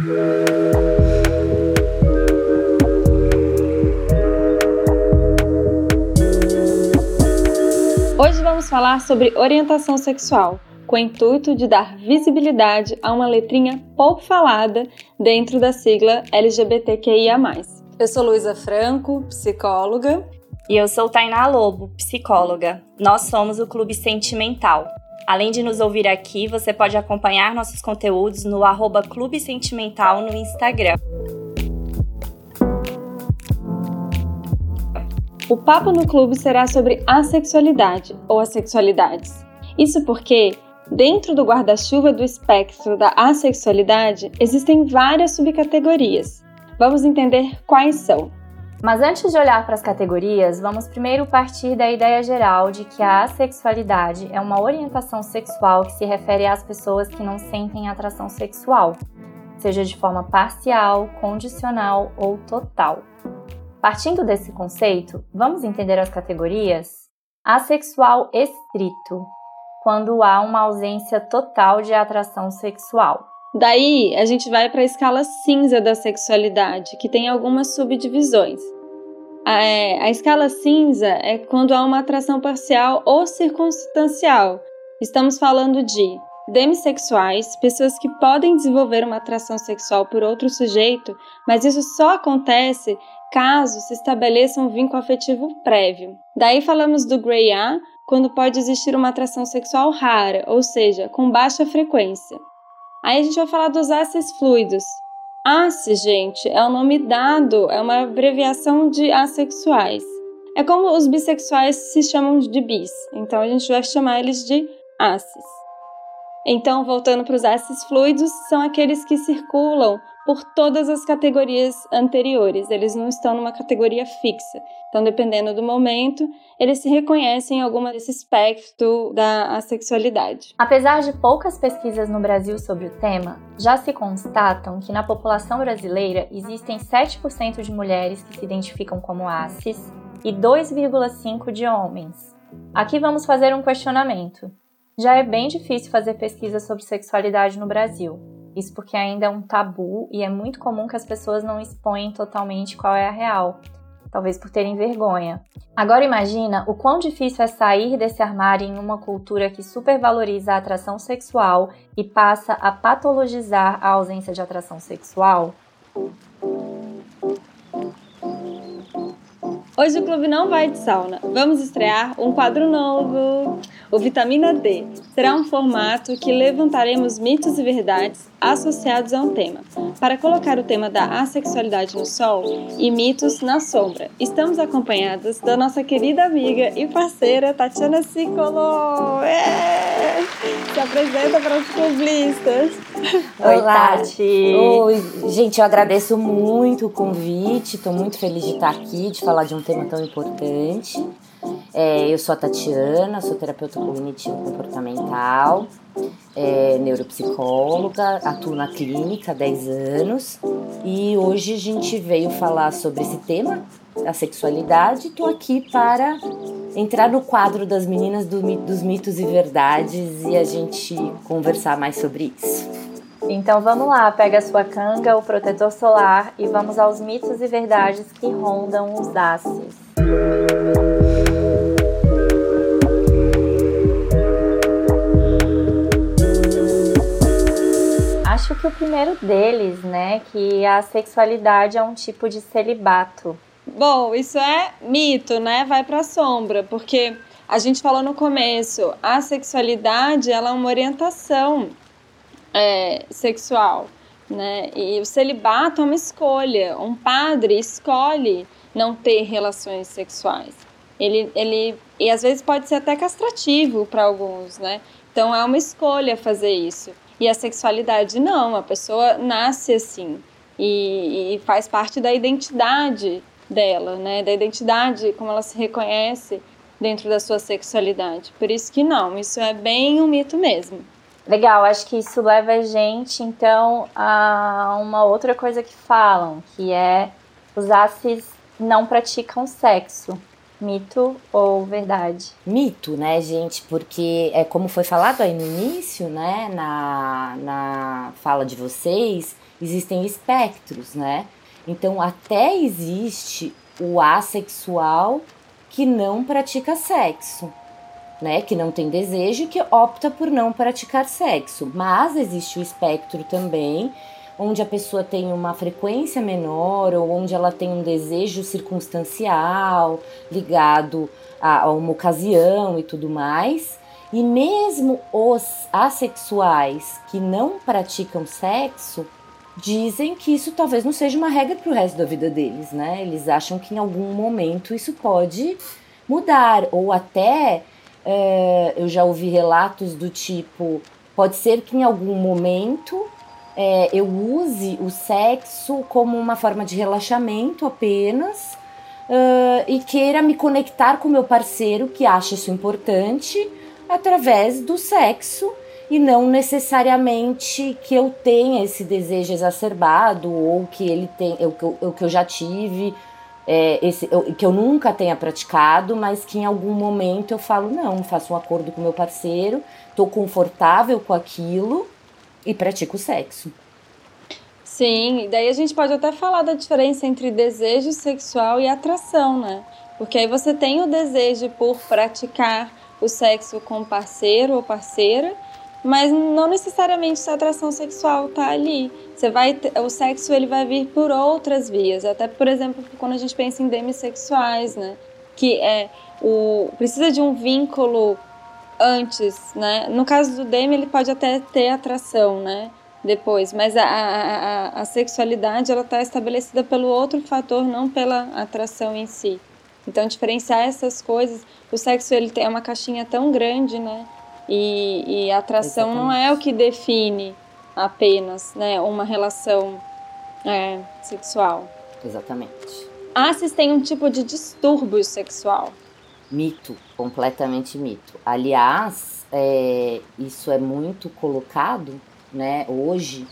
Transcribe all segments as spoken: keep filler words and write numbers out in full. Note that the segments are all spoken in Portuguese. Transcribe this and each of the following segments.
Hoje vamos falar sobre orientação sexual, com o intuito de dar visibilidade a uma letrinha pouco falada dentro da sigla L G B T Q I A mais. Eu sou Luísa Franco, psicóloga. E eu sou Tainá Lobo, psicóloga. Nós somos o Clube Sentimental. Além de nos ouvir aqui, você pode acompanhar nossos conteúdos no arroba Clube Sentimental no Instagram. O papo no clube será sobre assexualidade ou assexualidades. Isso porque, dentro do guarda-chuva do espectro da assexualidade, existem várias subcategorias. Vamos entender quais são. Mas antes de olhar para as categorias, vamos primeiro partir da ideia geral de que a assexualidade é uma orientação sexual que se refere às pessoas que não sentem atração sexual, seja de forma parcial, condicional ou total. Partindo desse conceito, vamos entender as categorias? Assexual estrito, quando há uma ausência total de atração sexual. Daí, a gente vai para a escala cinza da sexualidade, que tem algumas subdivisões. A, é, a escala cinza é quando há uma atração parcial ou circunstancial. Estamos falando de demissexuais, pessoas que podem desenvolver uma atração sexual por outro sujeito, mas isso só acontece caso se estabeleça um vínculo afetivo prévio. Daí falamos do Grey A, quando pode existir uma atração sexual rara, ou seja, com baixa frequência. Aí a gente vai falar dos assis fluidos. Assis, gente, é o nome dado, é uma abreviação de assexuais. É como os bissexuais se chamam de bis, então a gente vai chamar eles de assis. Então, voltando para os assis fluidos, são aqueles que circulam por todas as categorias anteriores. Eles não estão numa categoria fixa. Então, dependendo do momento, eles se reconhecem em alguma desse espectro da assexualidade. Apesar de poucas pesquisas no Brasil sobre o tema, já se constatam que na população brasileira existem sete por cento de mulheres que se identificam como assis e dois vírgula cinco por cento de homens. Aqui vamos fazer um questionamento. Já é bem difícil fazer pesquisa sobre sexualidade no Brasil. Isso porque ainda é um tabu e é muito comum que as pessoas não exponham totalmente qual é a real, talvez por terem vergonha. Agora imagina o quão difícil é sair desse armário em uma cultura que supervaloriza a atração sexual e passa a patologizar a ausência de atração sexual. Hoje o clube não vai de sauna. Vamos estrear um quadro novo, o Vitamina D. Será um formato que levantaremos mitos e verdades associados a um tema, para colocar o tema da assexualidade no sol e mitos na sombra. Estamos acompanhadas da nossa querida amiga e parceira Tatiana Sicolo. É! Se apresenta para os clubistas. Oi, Tati! Oi, gente, eu agradeço muito o convite, estou muito feliz de estar aqui, de falar de um tema tão importante. É, eu sou a Tatiana, sou terapeuta cognitivo-comportamental, é, neuropsicóloga, atuo na clínica há dez anos e hoje a gente veio falar sobre esse tema, a sexualidade. Estou aqui para entrar no quadro das meninas do, dos mitos e verdades e a gente conversar mais sobre isso. Então vamos lá, pega a sua canga, o protetor solar e vamos aos mitos e verdades que rondam os assis. Acho que o primeiro deles, né, que a sexualidade é um tipo de celibato. Bom, isso é mito, né? Vai pra sombra, porque a gente falou no começo, a sexualidade ela é uma orientação é, sexual, né? E o celibato é uma escolha. Um padre escolhe não ter relações sexuais. Ele, ele, e às vezes pode ser até castrativo para alguns, né? Então é uma escolha fazer isso. E a sexualidade não, a pessoa nasce assim e, e faz parte da identidade dela, né? Da identidade, como ela se reconhece dentro da sua sexualidade. Por isso que não, isso é bem um mito mesmo. Legal, acho que isso leva a gente, então, a uma outra coisa que falam, que é os assis não praticam sexo. Mito ou verdade? Mito, né, gente? Porque, é como foi falado aí no início, né, na, na fala de vocês, existem espectros, né? Então até existe o assexual que não pratica sexo, né? Que não tem desejo e que opta por não praticar sexo. Mas existe o espectro também, onde a pessoa tem uma frequência menor ou onde ela tem um desejo circunstancial, ligado a, a uma ocasião e tudo mais. E mesmo os assexuais que não praticam sexo dizem que isso talvez não seja uma regra para o resto da vida deles, né? Eles acham que em algum momento isso pode mudar, ou até é, eu já ouvi relatos do tipo, pode ser que em algum momento é, eu use o sexo como uma forma de relaxamento apenas uh, e queira me conectar com meu parceiro que acha isso importante através do sexo, e não necessariamente que eu tenha esse desejo exacerbado ou que ele tem, eu, eu, que eu já tive, é, esse, eu, que eu nunca tenha praticado, mas que em algum momento eu falo, não, faço um acordo com meu parceiro, tô confortável com aquilo e pratico sexo. Sim, daí a gente pode até falar da diferença entre desejo sexual e atração, né? Porque aí você tem o desejo por praticar o sexo com o parceiro ou parceira, mas não necessariamente a atração sexual tá ali. Você vai ter, o sexo ele vai vir por outras vias, até por exemplo quando a gente pensa em demissexuais, né? Que é o precisa de um vínculo antes, né? No caso do demi ele pode até ter atração, né? Depois, mas a, a, a, a sexualidade ela está estabelecida pelo outro fator, não pela atração em si. Então diferenciar essas coisas, o sexo ele tem uma caixinha tão grande, né? E, e a atração Exatamente. Não é o que define apenas, né, uma relação é, sexual. Exatamente. Assis tem um tipo de distúrbio sexual. Mito, completamente mito. Aliás, é, isso é muito colocado, né, hoje,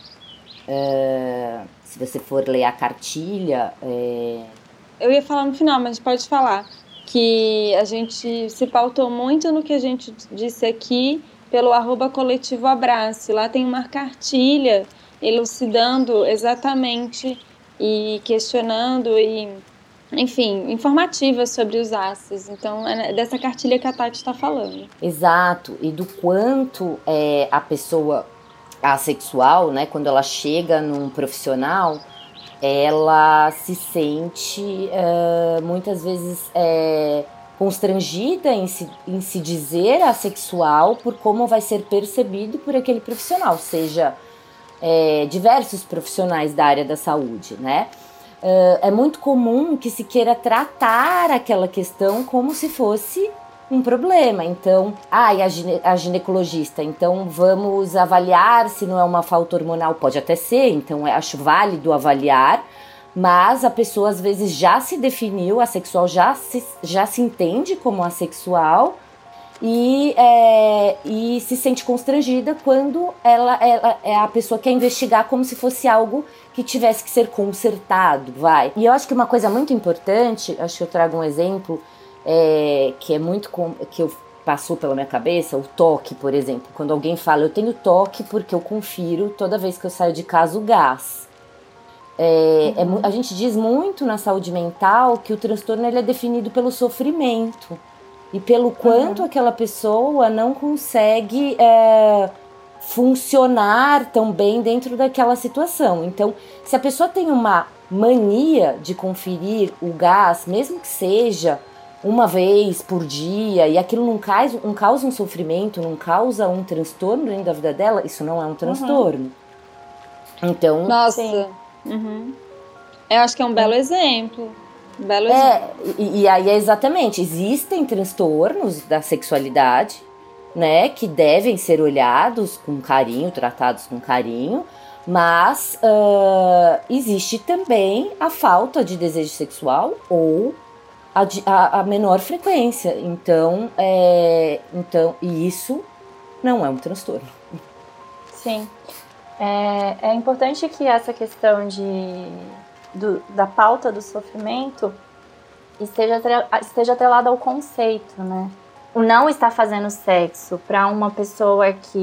é, se você for ler a cartilha... É... Eu ia falar no final, mas pode falar. Que a gente se pautou muito no que a gente disse aqui pelo arroba coletivo Abrace. Lá tem uma cartilha elucidando exatamente e questionando e, enfim, informativa sobre os Assis. Então, é dessa cartilha que a Tati está falando. Exato, e do quanto é, a pessoa assexual, né, quando ela chega num profissional, ela se sente uh, muitas vezes é, constrangida em se, em se dizer assexual por como vai ser percebido por aquele profissional, seja é, diversos profissionais da área da saúde, né? Uh, é muito comum que se queira tratar aquela questão como se fosse um problema. Então, ah, e a, gine- a ginecologista, então vamos avaliar se não é uma falta hormonal, pode até ser, então eu acho válido avaliar, mas a pessoa às vezes já se definiu assexual, já se, já se entende como assexual e, é, e se sente constrangida quando ela, ela é a pessoa que quer investigar como se fosse algo que tivesse que ser consertado, vai. E eu acho que uma coisa muito importante, acho que eu trago um exemplo, É, que é muito com, que eu passou pela minha cabeça, o toque, por exemplo. Quando alguém fala, eu tenho toque porque eu confiro toda vez que eu saio de casa o gás. É, uhum. é, a gente diz muito na saúde mental que o transtorno ele é definido pelo sofrimento e pelo quanto uhum. aquela pessoa não consegue é, funcionar tão bem dentro daquela situação. Então, se a pessoa tem uma mania de conferir o gás, mesmo que seja uma vez por dia, e aquilo não causa, não causa um sofrimento, não causa um transtorno dentro da vida dela, isso não é um transtorno. Uhum. Então... Nossa, uhum. Eu acho que é um belo exemplo. Um belo é, exemplo. E, e aí é exatamente, existem transtornos da sexualidade, né, que devem ser olhados com carinho, tratados com carinho, mas uh, existe também a falta de desejo sexual ou A, a, a menor frequência, então, é, então, e isso não é um transtorno. Sim, é, é importante que essa questão de, do, da pauta do sofrimento esteja, esteja atrelada ao conceito, né? O não estar fazendo sexo para uma pessoa que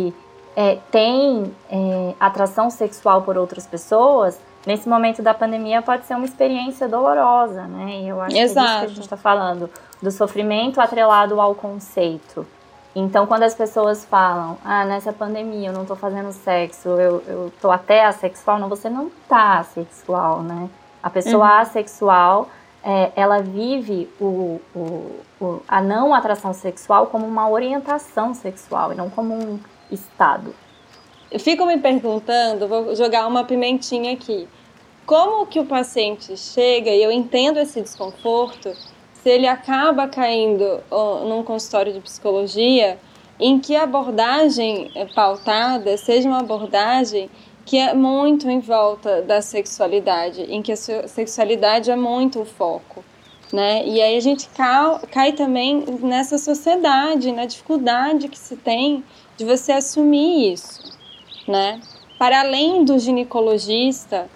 é, tem é, atração sexual por outras pessoas, nesse momento da pandemia pode ser uma experiência dolorosa, né? E eu acho Exato. que é disso que a gente está falando, do sofrimento atrelado ao conceito. Então, quando as pessoas falam, ah, nessa pandemia eu não tô fazendo sexo, eu, eu tô até assexual, não, você não tá assexual, né? A pessoa uhum. assexual, é, ela vive o, o, o, a não atração sexual como uma orientação sexual e não como um estado. Eu fico me perguntando, vou jogar uma pimentinha aqui, como que o paciente chega, e eu entendo esse desconforto, se ele acaba caindo oh, num consultório de psicologia, em que a abordagem pautada seja uma abordagem que é muito em volta da sexualidade, em que a sexualidade é muito o foco, né? E aí a gente cai, cai também nessa sociedade, na dificuldade que se tem de você assumir isso, né? Para além do ginecologista,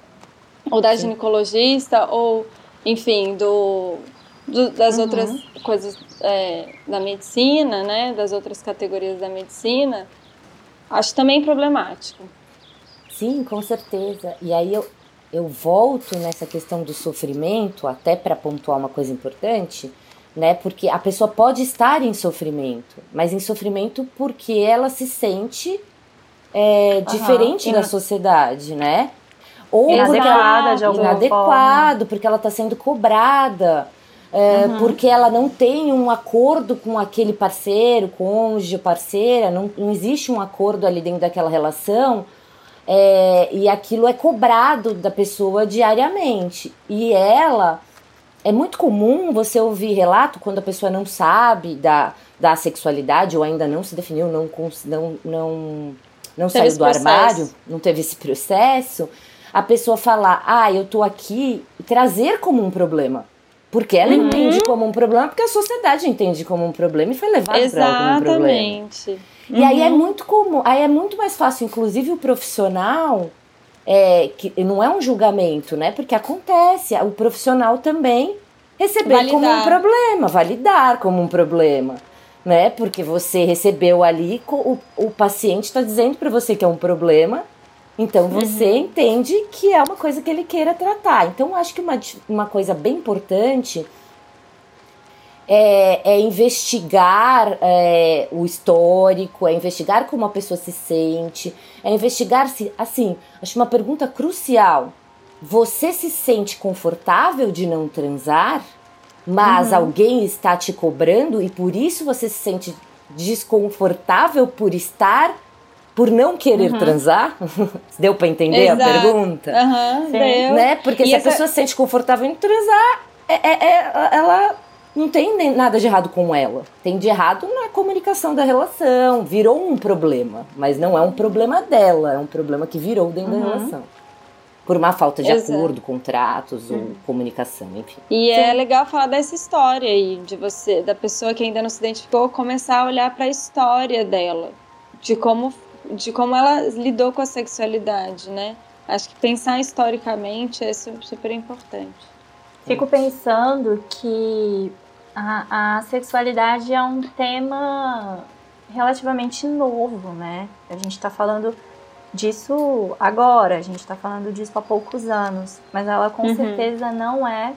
ou da Sim. ginecologista, ou, enfim, do... Do, das uhum. outras coisas é, da medicina, né, das outras categorias da medicina, acho também problemático. Sim, com certeza. E aí eu, eu volto nessa questão do sofrimento, até para pontuar uma coisa importante, né, porque a pessoa pode estar em sofrimento, mas em sofrimento porque ela se sente é, uhum. diferente uhum. da sociedade, né? Ou inadequada ela, de alguma inadequado, forma. Porque ela está sendo cobrada. É, uhum. Porque ela não tem um acordo com aquele parceiro, cônjuge, parceira, não, não existe um acordo ali dentro daquela relação, é, e aquilo é cobrado da pessoa diariamente. E ela, é muito comum você ouvir relato quando a pessoa não sabe da, da sexualidade, ou ainda não se definiu, não, não, não, não saiu do armário, não teve esse processo, a pessoa falar, ah, eu tô aqui, e trazer como um problema. Porque ela uhum. entende como um problema, porque a sociedade entende como um problema e foi levado para ela como um problema. Exatamente. Uhum. E aí é muito comum, aí é muito mais fácil, inclusive o profissional, é, que não é um julgamento, né? Porque acontece, o profissional também receber validar. Como um problema, validar como um problema, né? Porque você recebeu ali, o, o paciente está dizendo para você que é um problema. Então você uhum. entende que é uma coisa que ele queira tratar. Então acho que uma, uma coisa bem importante é, é investigar é, o histórico, é investigar como a pessoa se sente, é investigar se, assim, acho uma pergunta crucial. Você se sente confortável de não transar, mas uhum. alguém está te cobrando e por isso você se sente desconfortável por estar... Por não querer uhum. transar? Deu pra entender Exato. A pergunta? Uhum, deu. Né? Porque e se essa... a pessoa se sente confortável em transar, é, é, é, ela não tem nada de errado com ela. Tem de errado na comunicação da relação. Virou um problema. Mas não é um problema dela. É um problema que virou dentro uhum. da relação. Por uma falta de Exato. Acordo, contratos uhum. ou comunicação, enfim. E Sim. é legal falar dessa história aí, de você, da pessoa que ainda não se identificou, começar a olhar para a história dela. De como... de como ela lidou com a sexualidade, né? Acho que pensar historicamente é super importante. Fico pensando que a, a sexualidade é um tema relativamente novo, né? A gente está falando disso agora, a gente está falando disso há poucos anos, mas ela com uhum. certeza não é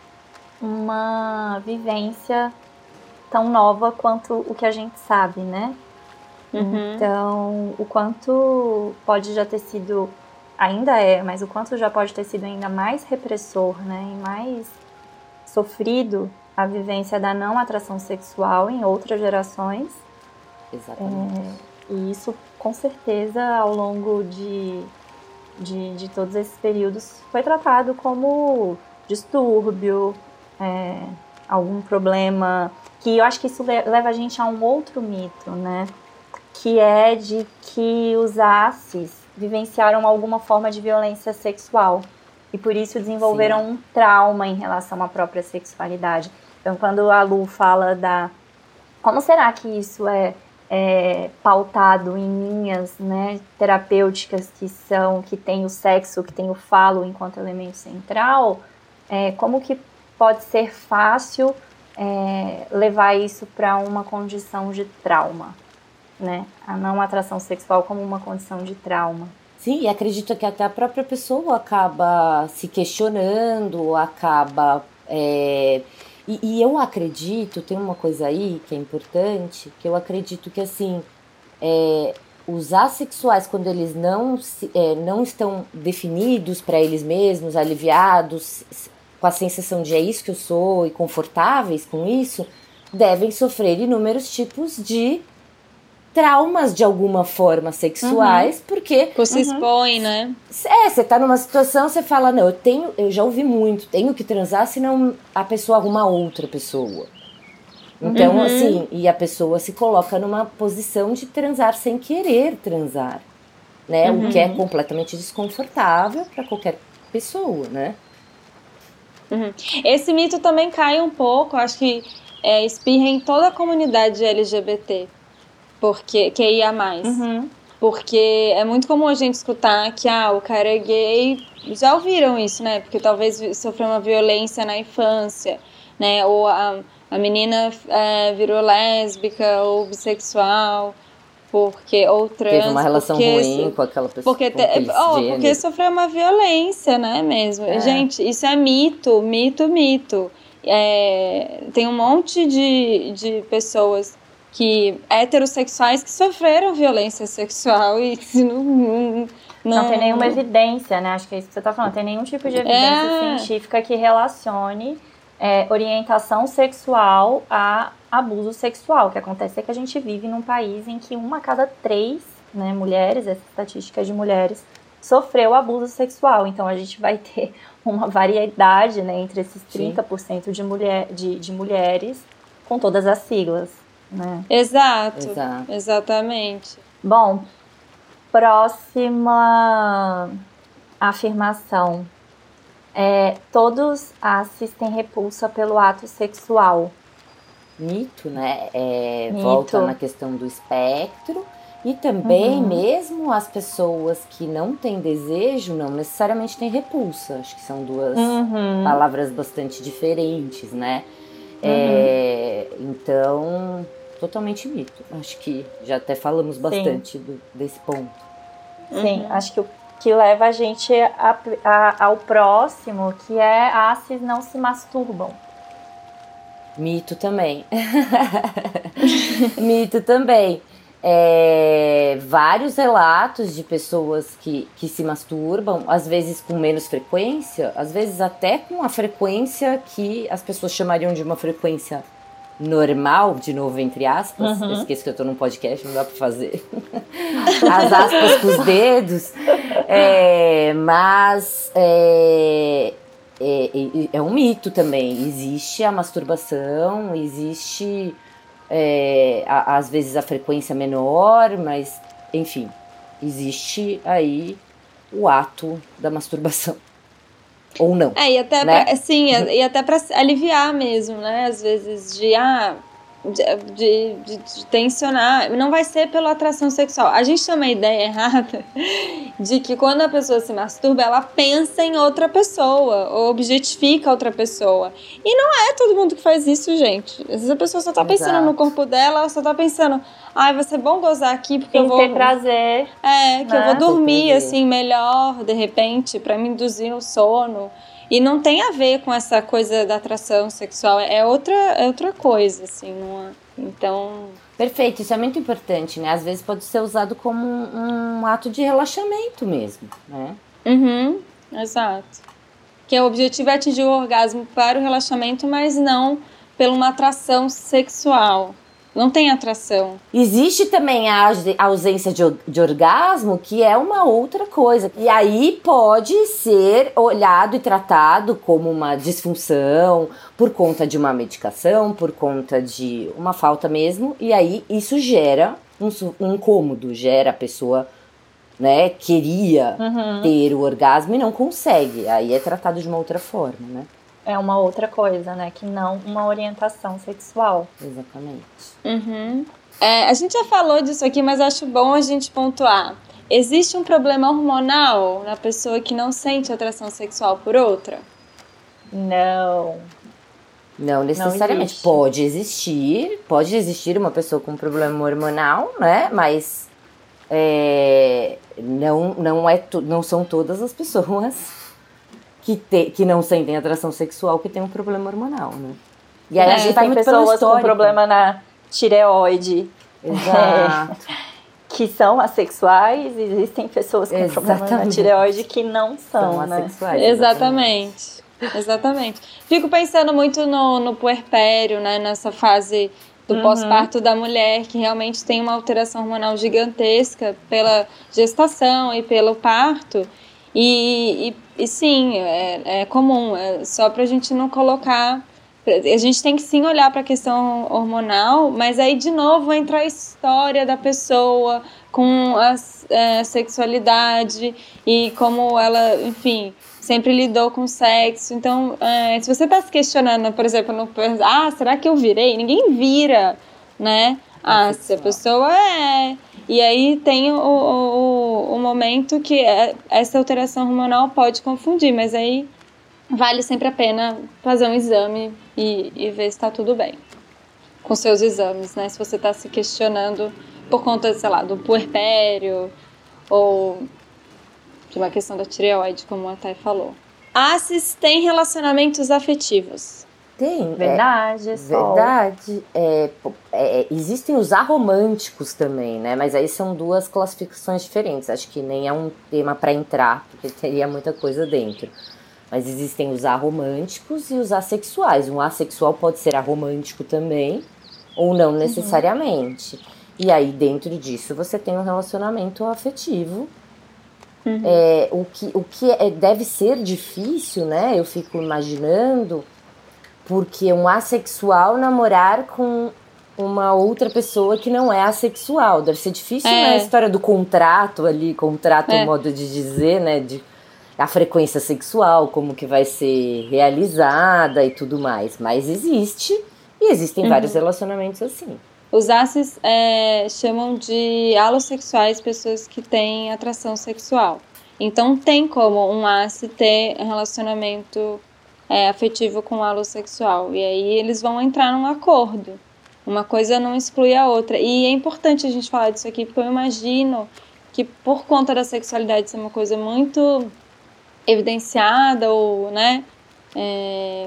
uma vivência tão nova quanto o que a gente sabe, né? Uhum. Então, o quanto pode já ter sido, ainda é, mas o quanto já pode ter sido ainda mais repressor, né, e mais sofrido a vivência da não atração sexual em outras gerações. Exatamente. É, e isso, com certeza, ao longo de, de, de todos esses períodos, foi tratado como distúrbio, é, algum problema, que eu acho que isso leva a gente a um outro mito, né? Que é de que os assis vivenciaram alguma forma de violência sexual e por isso desenvolveram Sim. um trauma em relação à própria sexualidade. Então, quando a Lu fala da... Como será que isso é, é pautado em linhas, né, terapêuticas que são, que tem o sexo, que tem o falo enquanto elemento central, é, como que pode ser fácil é, levar isso para uma condição de trauma? né, a não atração sexual como uma condição de trauma. Sim, e acredito que até a própria pessoa acaba se questionando, acaba... É... E, e eu acredito, tem uma coisa aí que é importante, que eu acredito que, assim, é, os assexuais, quando eles não, se, é, não estão definidos para eles mesmos, aliviados, com a sensação de é isso que eu sou e confortáveis com isso, devem sofrer inúmeros tipos de traumas de alguma forma sexuais, uhum. porque... Você uhum. expõe, né? É, você tá numa situação, você fala, não, eu tenho, eu já ouvi muito, tenho que transar, senão a pessoa arruma outra pessoa. Então, uhum. assim, e a pessoa se coloca numa posição de transar sem querer transar, né? Uhum. O que é completamente desconfortável para qualquer pessoa, né? Uhum. Esse mito também cai um pouco, acho que é, espirra em toda a comunidade L G B T. Porque, que ia mais. Uhum. Porque é muito comum a gente escutar que ah, o cara é gay. Já ouviram isso, né? Porque talvez sofreu uma violência na infância, né? Ou a, a menina é, virou lésbica ou bissexual, porque, ou trans. Teve uma relação porque, ruim com aquela pessoa. Porque, te, oh, porque sofreu uma violência, né? Mesmo. É. Gente, isso é mito, mito, mito. É, tem um monte de, de pessoas que heterossexuais que sofreram violência sexual e não, não, não... Não tem nenhuma evidência, né? Acho que é isso que você está falando. Não tem nenhum tipo de evidência é... científica que relacione é, orientação sexual a abuso sexual. O que acontece é que a gente vive num país em que uma a cada três, né, mulheres, essa estatística de mulheres, sofreu abuso sexual. Então a gente vai ter uma variedade, né, entre esses trinta por cento de, mulher, de, de mulheres com todas as siglas. Né? Exato, Exato, exatamente. Bom, próxima afirmação. É, todos assis têm repulsa pelo ato sexual. Mito, né? É, Mito. Volta na questão do espectro. E também, uhum. mesmo as pessoas que não têm desejo, não necessariamente têm repulsa. Acho que são duas uhum. palavras bastante diferentes, né? Uhum. É, então... totalmente mito. Acho que já até falamos bastante do, desse ponto. Sim, uhum. acho que o que leva a gente a, a, ao próximo, que é assis não se masturbam. Mito também. Mito também. É, vários relatos de pessoas que, que se masturbam, às vezes com menos frequência, às vezes até com a frequência que as pessoas chamariam de uma frequência normal, de novo, entre aspas. Uhum. Eu esqueço que eu tô num podcast, não dá pra fazer as aspas com os dedos. É, mas é, é, é um mito também. Existe a masturbação, existe é, a, às vezes a frequência menor, mas enfim, existe aí o ato da masturbação. Ou não. É, e até né? pra, sim, e até para aliviar mesmo, né? Às vezes de, ah, de, de, de, de tensionar. Não vai ser pela atração sexual. A gente tem uma ideia errada de que quando a pessoa se masturba, ela pensa em outra pessoa, ou objetifica outra pessoa. E não é todo mundo que faz isso, gente. Às vezes a pessoa só tá pensando Exato. no corpo dela, ela só tá pensando, ai, ah, vai ser bom gozar aqui, porque Tem eu vou... ter prazer. É, que né? eu vou dormir, assim, melhor, de repente, pra me induzir o sono. E não tem a ver com essa coisa da atração sexual, é outra, é outra coisa, assim, não é? Então... Perfeito, isso é muito importante, né? Às vezes pode ser usado como um, um ato de relaxamento mesmo, né? Uhum, exato. Que o objetivo é atingir o orgasmo para o relaxamento, mas não por uma atração sexual. Não tem atração. Existe também a ausência de, de orgasmo, que é uma outra coisa. E aí pode ser olhado e tratado como uma disfunção por conta de uma medicação, por conta de uma falta mesmo. E aí isso gera um, um incômodo, gera a pessoa, né, queria uhum. ter o orgasmo e não consegue. Aí é tratado de uma outra forma, né? É uma outra coisa, né? Que não uma orientação sexual. Exatamente. Uhum. É, a gente já falou disso aqui, mas acho bom a gente pontuar. Existe um problema hormonal na pessoa que não sente atração sexual por outra? Não. Não necessariamente. Não pode existir, pode existir uma pessoa com problema hormonal, né? Mas é, não, não, é, não são todas as pessoas que, te, que não sentem atração sexual que têm um problema hormonal, né? E aí é, a gente tem pessoas com problema na tireoide. Exato. É, que são assexuais, existem pessoas com exatamente. problema na tireoide que não são, são né? assexuais. Exatamente. Exatamente. Fico pensando muito no, no puerpério, né? Nessa fase do uhum. pós-parto da mulher, que realmente tem uma alteração hormonal gigantesca pela gestação e pelo parto. E, e, e sim, é, é comum, é só pra gente não colocar... A gente tem que sim olhar para a questão hormonal, mas aí de novo entra a história da pessoa com a é, sexualidade e como ela, enfim, sempre lidou com sexo. Então, é, se você está se questionando, por exemplo, no, ah, será que eu virei? Ninguém vira, né? Ah, se a pessoa é... E aí tem o, o, o momento que é, essa alteração hormonal pode confundir, mas aí vale sempre a pena fazer um exame e, e ver se está tudo bem com seus exames, né? Se você está se questionando por conta, sei lá, do puerpério ou de uma questão da tireoide, como a Thay falou. Assis tem relacionamentos afetivos. Tem. Verdade, é, Verdade. É, é, existem os aromânticos também, né? Mas aí são duas classificações diferentes. Acho que nem é um tema para entrar, porque teria muita coisa dentro. Mas existem os aromânticos e os assexuais. Um assexual pode ser aromântico também, ou não necessariamente. Uhum. E aí, dentro disso, você tem um relacionamento afetivo. Uhum. É, o que, o que é, deve ser difícil, né? Eu fico imaginando, porque um assexual namorar com uma outra pessoa que não é assexual. Deve ser difícil, é. né? A história do contrato ali, contrato é um modo de dizer, né? De a frequência sexual, como que vai ser realizada e tudo mais. Mas existe, e existem uhum. vários relacionamentos assim. Os assis é, chamam de alossexuais pessoas que têm atração sexual. Então tem como um assi ter um relacionamento é, afetivo com um alossexual. E aí eles vão entrar num acordo. Uma coisa não exclui a outra. E é importante a gente falar disso aqui, porque eu imagino que por conta da sexualidade ser uma coisa muito evidenciada ou, né, é,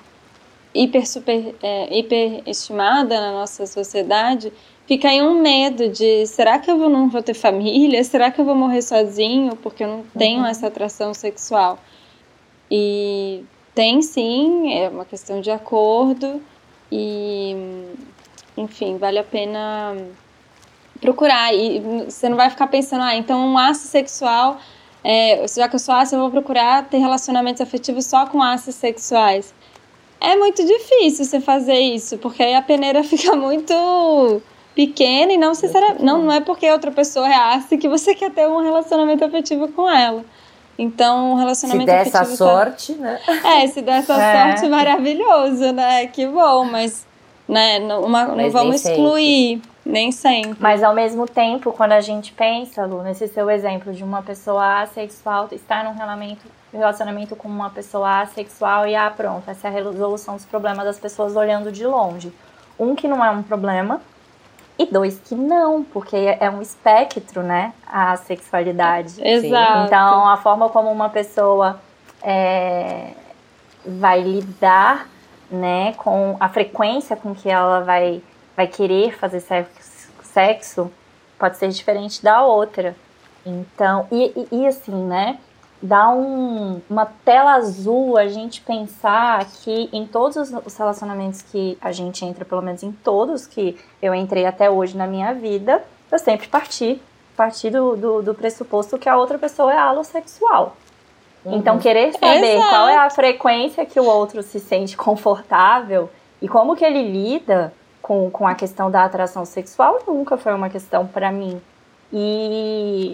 hiper, super, é, hiperestimada na nossa sociedade, fica aí um medo de, será que eu não vou ter família? Será que eu vou morrer sozinho porque eu não tenho uhum. essa atração sexual? E tem sim, é uma questão de acordo e, enfim, vale a pena procurar. E você não vai ficar pensando, ah, então um ato sexual... É, já que eu sou assi, eu vou procurar ter relacionamentos afetivos só com assis sexuais. É muito difícil você fazer isso, porque aí a peneira fica muito pequena e não, sinceramente, não, não é porque outra pessoa é assi que você quer ter um relacionamento afetivo com ela. Então, um relacionamento afetivo... Se der essa sorte, tá... né? É, se der essa é. sorte, maravilhoso, né? Que bom, mas, né, não, uma, mas não vamos excluir... Sempre. Nem sempre. Mas ao mesmo tempo, quando a gente pensa, Lu, nesse seu exemplo de uma pessoa assexual estar num relacionamento, relacionamento com uma pessoa assexual e, ah, pronto, essa é a resolução dos problemas das pessoas olhando de longe. Um, que não é um problema, e dois, que não, porque é um espectro, né, a sexualidade. Exato. Então, a forma como uma pessoa é, vai lidar, né, com a frequência com que ela vai... vai querer fazer sexo, sexo pode ser diferente da outra. Então, e, e, e assim, né, dá um, uma tela azul a gente pensar que em todos os relacionamentos que a gente entra, pelo menos em todos que eu entrei até hoje na minha vida, eu sempre parti, parti do, do, do pressuposto que a outra pessoa é alossexual. Uhum. Então, querer saber Exato. Qual é a frequência que o outro se sente confortável e como que ele lida com, com a questão da atração sexual nunca foi uma questão para mim. E,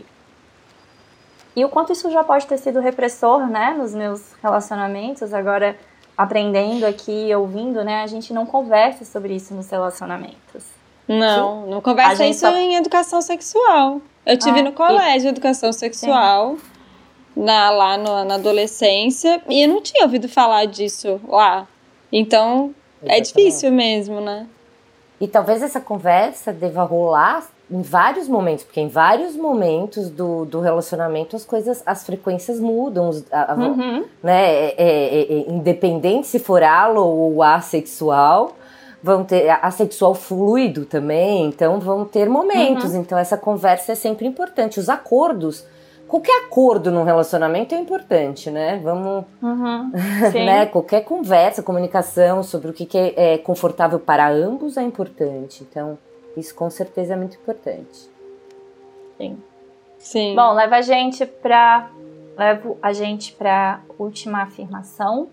e o quanto isso já pode ter sido repressor, né, nos meus relacionamentos. Agora, aprendendo aqui, ouvindo, né, a gente não conversa sobre isso nos relacionamentos. Não, Sim? não conversa isso só... em educação sexual. Eu tive ah, no colégio e... educação sexual, na, lá no, na adolescência, e eu não tinha ouvido falar disso lá. Então, Exatamente. É difícil mesmo, né? E talvez essa conversa deva rolar em vários momentos, porque em vários momentos do, do relacionamento as coisas, as frequências mudam, a, a, uhum. né? É, é, é, independente se for alo ou assexual, vão ter assexual fluido também, então vão ter momentos. Uhum. Então essa conversa é sempre importante. Os acordos, qualquer acordo num relacionamento é importante, né? Vamos, uhum. né? Qualquer conversa, comunicação sobre o que, que é, é confortável para ambos é importante. Então isso com certeza é muito importante. Sim. Sim. Bom, leva a gente para levo a gente para última afirmação.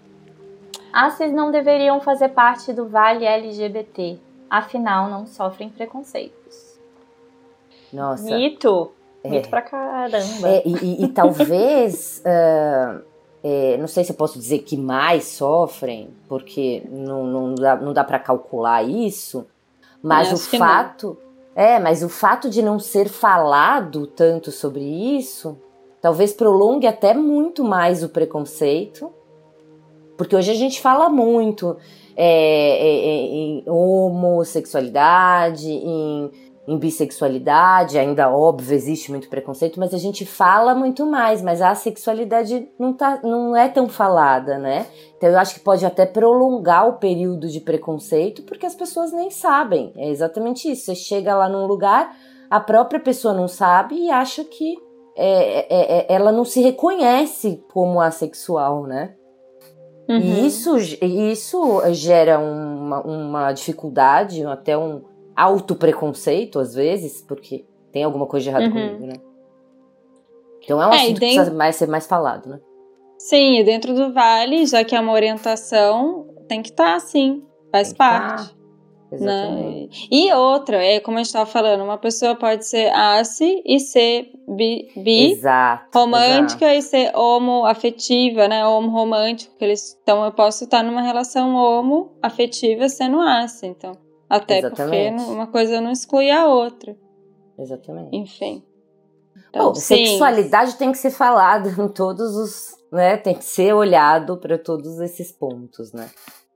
Assis não deveriam fazer parte do vale L G B T, afinal não sofrem preconceitos. Nossa. Mito. É. Mito pra caramba. É, e, e, e talvez, uh, é, não sei se eu posso dizer que mais sofrem, porque não, não dá, não dá pra calcular isso, mas o fato, é, mas o fato de não ser falado tanto sobre isso, talvez prolongue até muito mais o preconceito, porque hoje a gente fala muito é, é, em homossexualidade, em, em bissexualidade, ainda óbvio existe muito preconceito, mas a gente fala muito mais, mas a sexualidade não, tá, não é tão falada, né? Então eu acho que pode até prolongar o período de preconceito, porque as pessoas nem sabem, é exatamente isso, você chega lá num lugar, a própria pessoa não sabe e acha que é, é, é, ela não se reconhece como assexual, né? Uhum. E isso, isso gera uma, uma dificuldade, até um autopreconceito, às vezes, porque tem alguma coisa de errado uhum. comigo, né? Então é um é, assunto dentro... que precisa mais, ser mais falado, né? Sim, e dentro do vale, já que é uma orientação, tem que estar, tá, sim, faz parte. Tá. Exatamente. Né? E outra, é como a gente estava falando, uma pessoa pode ser assi e ser bi, bi exato, romântica exato. e ser homoafetiva, né? Homo romântico. Que eles, então eu posso estar numa relação homoafetiva sendo assi. Então, até Exatamente. Porque uma coisa não exclui a outra. Exatamente. Enfim. Então, Bom, sim. Sexualidade tem que ser falada em todos os, né? Tem que ser olhado para todos esses pontos, né?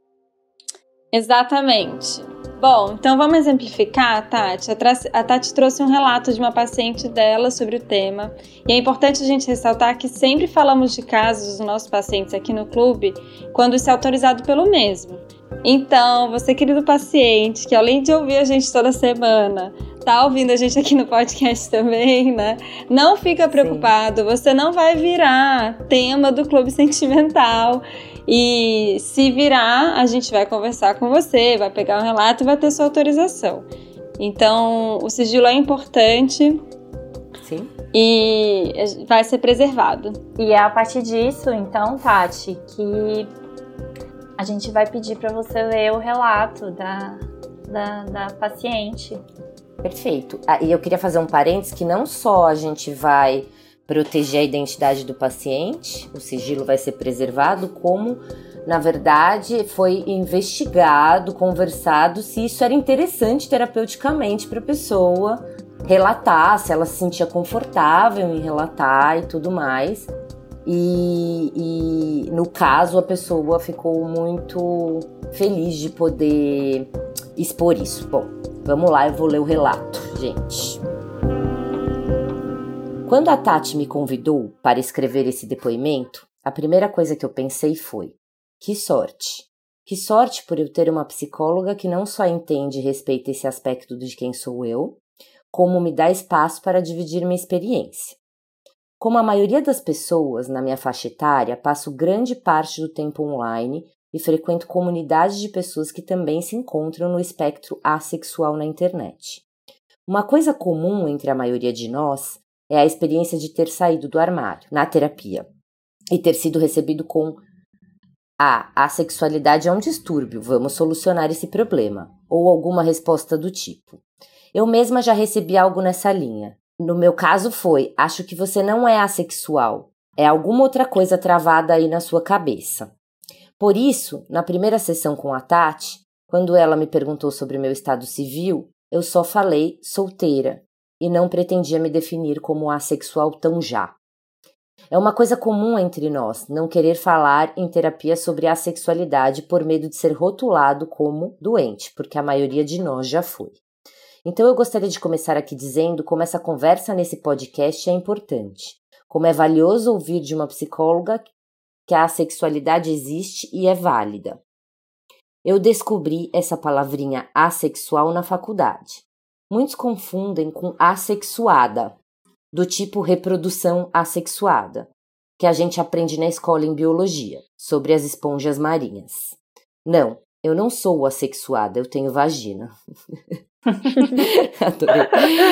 Exatamente. Bom, então vamos exemplificar, Tati. A Tati trouxe um relato de uma paciente dela sobre o tema. E é importante a gente ressaltar que sempre falamos de casos dos nossos pacientes aqui no clube quando isso é autorizado pelo mesmo. Então, você, querido paciente, que além de ouvir a gente toda semana, tá ouvindo a gente aqui no podcast também, né? Não fica preocupado, Sim. Você não vai virar tema do Clube Sentimental. E se virar, a gente vai conversar com você, vai pegar um relato e vai ter sua autorização. Então, o sigilo é importante. Sim. E vai ser preservado. E é a partir disso, então, Tati, que a gente vai pedir para você ler o relato da, da, da paciente. Perfeito. Ah, e eu queria fazer um parênteses que não só a gente vai proteger a identidade do paciente, o sigilo vai ser preservado, como, na verdade, foi investigado, conversado se isso era interessante terapeuticamente para a pessoa relatar, se ela se sentia confortável em relatar e tudo mais. E, e no caso, a pessoa ficou muito feliz de poder expor isso. Bom, vamos lá, eu vou ler o relato, gente. Quando a Tati me convidou para escrever esse depoimento, a primeira coisa que eu pensei foi: que sorte! Que sorte por eu ter uma psicóloga que não só entende e respeita esse aspecto de quem sou eu, como me dá espaço para dividir minha experiência. Como a maioria das pessoas na minha faixa etária, passo grande parte do tempo online e frequento comunidades de pessoas que também se encontram no espectro assexual na internet. Uma coisa comum entre a maioria de nós é a experiência de ter saído do armário, na terapia, e ter sido recebido com "Ah, a sexualidade é um distúrbio, vamos solucionar esse problema", ou alguma resposta do tipo. Eu mesma já recebi algo nessa linha. No meu caso foi: "Acho que você não é assexual, é alguma outra coisa travada aí na sua cabeça". Por isso, na primeira sessão com a Tati, quando ela me perguntou sobre meu estado civil, eu só falei solteira, e não pretendia me definir como assexual tão já. É uma coisa comum entre nós não querer falar em terapia sobre assexualidade por medo de ser rotulado como doente, porque a maioria de nós já foi. Então eu gostaria de começar aqui dizendo como essa conversa nesse podcast é importante, como é valioso ouvir de uma psicóloga que a assexualidade existe e é válida. Eu descobri essa palavrinha assexual na faculdade. Muitos confundem com assexuada, do tipo reprodução assexuada, que a gente aprende na escola em biologia, sobre as esponjas marinhas. Não, eu não sou assexuada, eu tenho vagina. Adorei.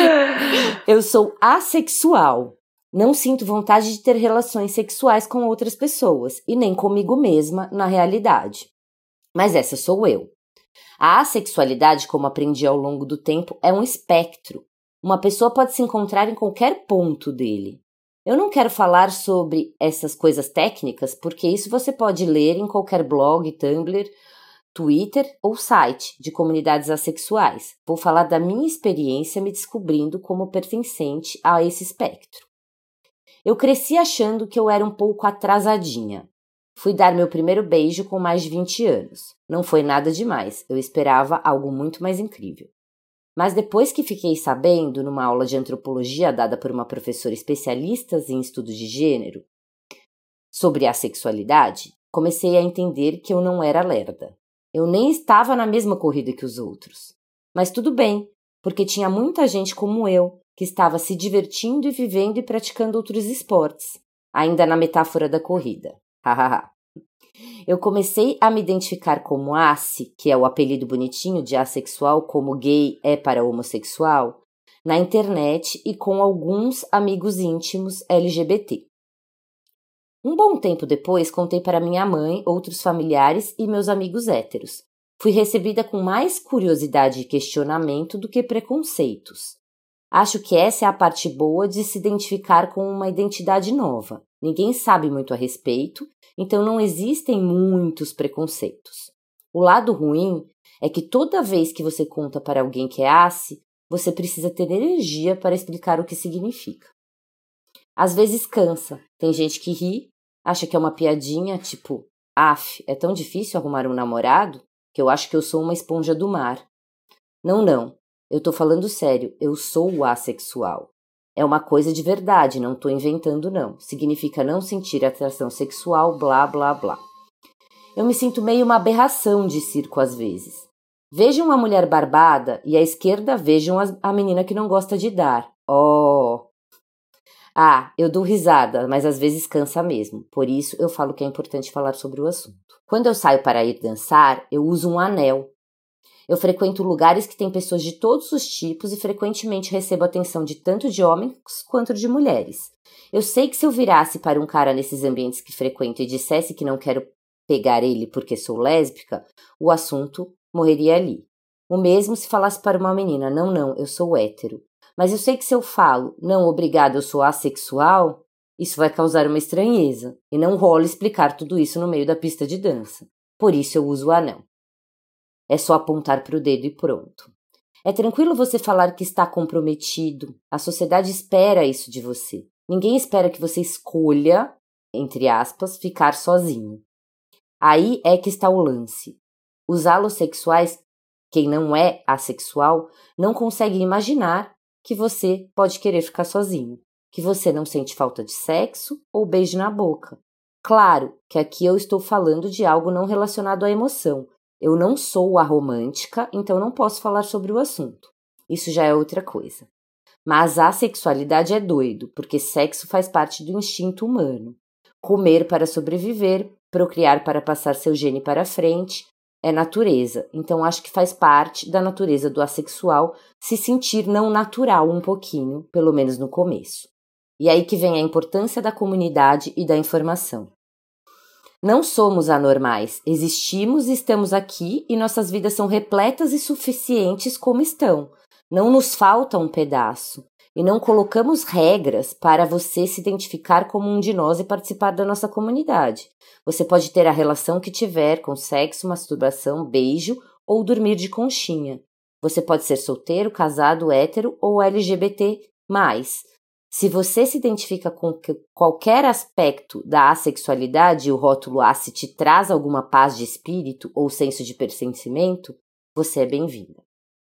Eu sou assexual. Não sinto vontade de ter relações sexuais com outras pessoas e nem comigo mesma na realidade. Mas essa sou eu. A assexualidade, como aprendi ao longo do tempo, é um espectro. Uma pessoa pode se encontrar em qualquer ponto dele. Eu não quero falar sobre essas coisas técnicas, porque isso você pode ler em qualquer blog, Tumblr, Twitter ou site de comunidades assexuais. Vou falar da minha experiência me descobrindo como pertencente a esse espectro. Eu cresci achando que eu era um pouco atrasadinha. Fui dar meu primeiro beijo com mais de vinte anos. Não foi nada demais, eu esperava algo muito mais incrível. Mas depois que fiquei sabendo, numa aula de antropologia dada por uma professora especialista em estudos de gênero, sobre a sexualidade, comecei a entender que eu não era lerda. Eu nem estava na mesma corrida que os outros. Mas tudo bem, porque tinha muita gente como eu, que estava se divertindo e vivendo e praticando outros esportes, ainda na metáfora da corrida. Hahaha. Eu comecei a me identificar como assi, que é o apelido bonitinho de assexual, como gay é para homossexual, na internet e com alguns amigos íntimos L G B T. Um bom tempo depois, contei para minha mãe, outros familiares e meus amigos héteros. Fui recebida com mais curiosidade e questionamento do que preconceitos. Acho que essa é a parte boa de se identificar com uma identidade nova. Ninguém sabe muito a respeito, então não existem muitos preconceitos. O lado ruim é que toda vez que você conta para alguém que é assi, você precisa ter energia para explicar o que significa. Às vezes cansa. Tem gente que ri, acha que é uma piadinha, tipo, af, é tão difícil arrumar um namorado que eu acho que eu sou uma esponja do mar. Não, não. Eu tô falando sério, eu sou assexual. É uma coisa de verdade, não tô inventando não. Significa não sentir atração sexual, blá, blá, blá. Eu me sinto meio uma aberração de circo às vezes. Vejam uma mulher barbada e à esquerda vejam a menina que não gosta de dar. Oh! Ah, eu dou risada, mas às vezes cansa mesmo. Por isso eu falo que é importante falar sobre o assunto. Quando eu saio para ir dançar, eu uso um anel. Eu frequento lugares que têm pessoas de todos os tipos e frequentemente recebo atenção de tanto de homens quanto de mulheres. Eu sei que se eu virasse para um cara nesses ambientes que frequento e dissesse que não quero pegar ele porque sou lésbica, o assunto morreria ali. O mesmo se falasse para uma menina, não, não, eu sou hétero. Mas eu sei que se eu falo, não, obrigada, eu sou assexual, isso vai causar uma estranheza. E não rola explicar tudo isso no meio da pista de dança. Por isso eu uso o anel. É só apontar para o dedo e pronto. É tranquilo você falar que está comprometido. A sociedade espera isso de você. Ninguém espera que você escolha, entre aspas, ficar sozinho. Aí é que está o lance. Os alossexuais, quem não é assexual, não consegue imaginar que você pode querer ficar sozinho, que você não sente falta de sexo ou beijo na boca. Claro que aqui eu estou falando de algo não relacionado à emoção. Eu não sou a romântica, então não posso falar sobre o assunto. Isso já é outra coisa. Mas a sexualidade é doido, porque sexo faz parte do instinto humano. Comer para sobreviver, procriar para passar seu gene para frente, é natureza. Então acho que faz parte da natureza do assexual se sentir não natural um pouquinho, pelo menos no começo. E aí que vem a importância da comunidade e da informação. Não somos anormais, existimos e estamos aqui e nossas vidas são repletas e suficientes como estão. Não nos falta um pedaço e não colocamos regras para você se identificar como um de nós e participar da nossa comunidade. Você pode ter a relação que tiver com sexo, masturbação, beijo ou dormir de conchinha. Você pode ser solteiro, casado, hétero ou L G B T mais. Se você se identifica com qualquer aspecto da assexualidade e o rótulo assi te traz alguma paz de espírito ou senso de pertencimento, você é bem-vinda.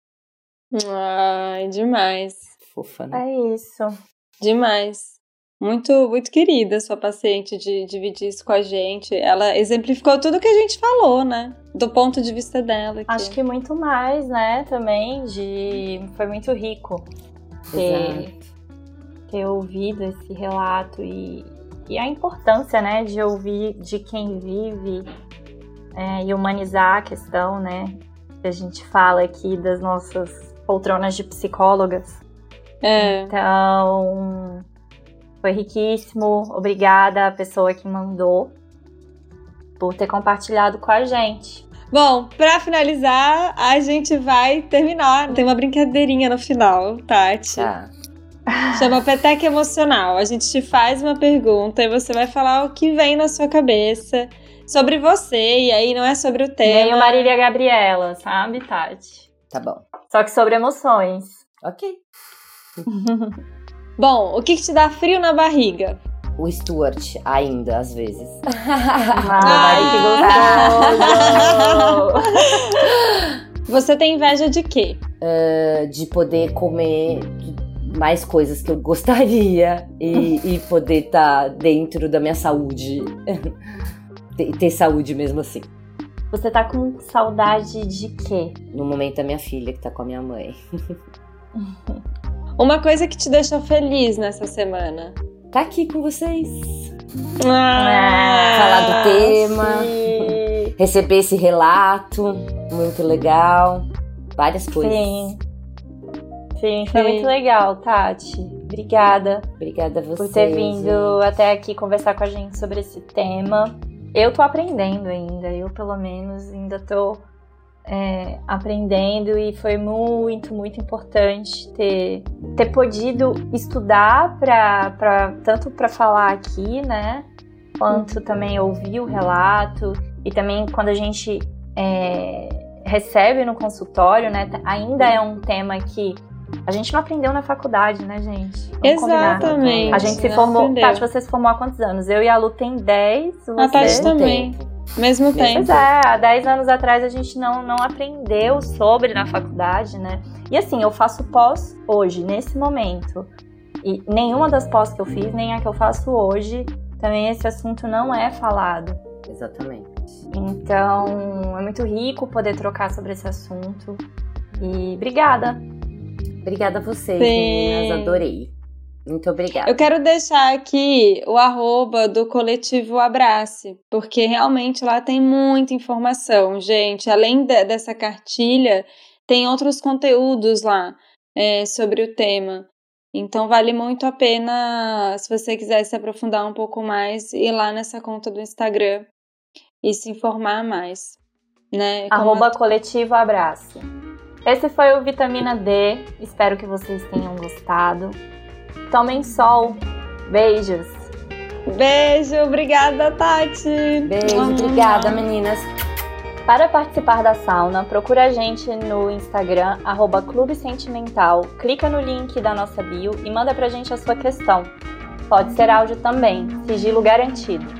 Ai, demais. Fofa, né? É isso. Demais. Muito, muito querida sua paciente de dividir isso com a gente. Ela exemplificou tudo que a gente falou, né? Do ponto de vista dela. Aqui. Acho que muito mais, né? Também de... Foi muito rico ter, ter ouvido esse relato e, e a importância, né? De ouvir de quem vive é, e humanizar a questão, né? A gente fala aqui das nossas poltronas de psicólogas. É. Então... Foi riquíssimo, obrigada à pessoa que mandou por ter compartilhado com a gente. Bom, pra finalizar, a gente vai terminar. Tem uma brincadeirinha no final, Tati. Tá. Chama Peteca Emocional. A gente te faz uma pergunta e você vai falar o que vem na sua cabeça sobre você. E aí não é sobre o tema. Nem o Marília Gabriela, sabe, Tati? Tá bom. Só que sobre emoções. Ok. Bom, o que, que te dá frio na barriga? O Stuart, ainda, às vezes. Ai, que gostoso! Você tem inveja de quê? Uh, de poder comer mais coisas que eu gostaria e, e poder estar tá dentro da minha saúde. ter, ter saúde mesmo assim. Você tá com saudade de quê? No momento da minha filha, que tá com a minha mãe. Uma coisa que te deixou feliz nessa semana? Tá aqui com vocês. Ah, falar do tema. Sim. Receber esse relato. Muito legal. Várias coisas. Sim. Sim, foi Sim. muito legal, Tati. Obrigada. Obrigada a você. Por ter vindo gente. até aqui conversar com a gente sobre esse tema. Eu tô aprendendo ainda. Eu, pelo menos, ainda tô... É, aprendendo e foi muito, muito importante ter, ter podido estudar pra, pra, tanto para falar aqui, né, quanto também ouvir o relato e também quando a gente é, recebe no consultório, né, ainda é um tema que a gente não aprendeu na faculdade, né, gente? Vamos Exatamente. combinar. A gente se não formou, aprendeu. Tati, você se formou há quantos anos? Eu e a Lu tem dez, você... A Tati também. Tempo. Mesmo tempo. Pois é, há dez anos atrás a gente não, não aprendeu sobre na faculdade, né? E assim, eu faço pós hoje, nesse momento. E nenhuma das pós que eu fiz, nem a que eu faço hoje, também esse assunto não é falado. Exatamente. Então, é muito rico poder trocar sobre esse assunto. E obrigada. Obrigada a vocês, Sim. meninas. Adorei. Muito obrigada. Eu quero deixar aqui o arroba do Coletivo Abrace, porque realmente lá tem muita informação, gente. Além de, dessa cartilha, tem outros conteúdos lá é, sobre o tema. Então vale muito a pena, se você quiser se aprofundar um pouco mais, ir lá nessa conta do Instagram e se informar mais. Né? Arroba a... Coletivo Abrace. Esse foi o Vitamina D. Espero que vocês tenham gostado. Tomem sol. Beijos. Beijo, obrigada, Tati. Beijo, obrigada, meninas. Para participar da sauna, procura a gente no Instagram, arroba Clube Sentimental. Clica no link da nossa bio e manda pra gente a sua questão. Pode ser áudio também, sigilo garantido.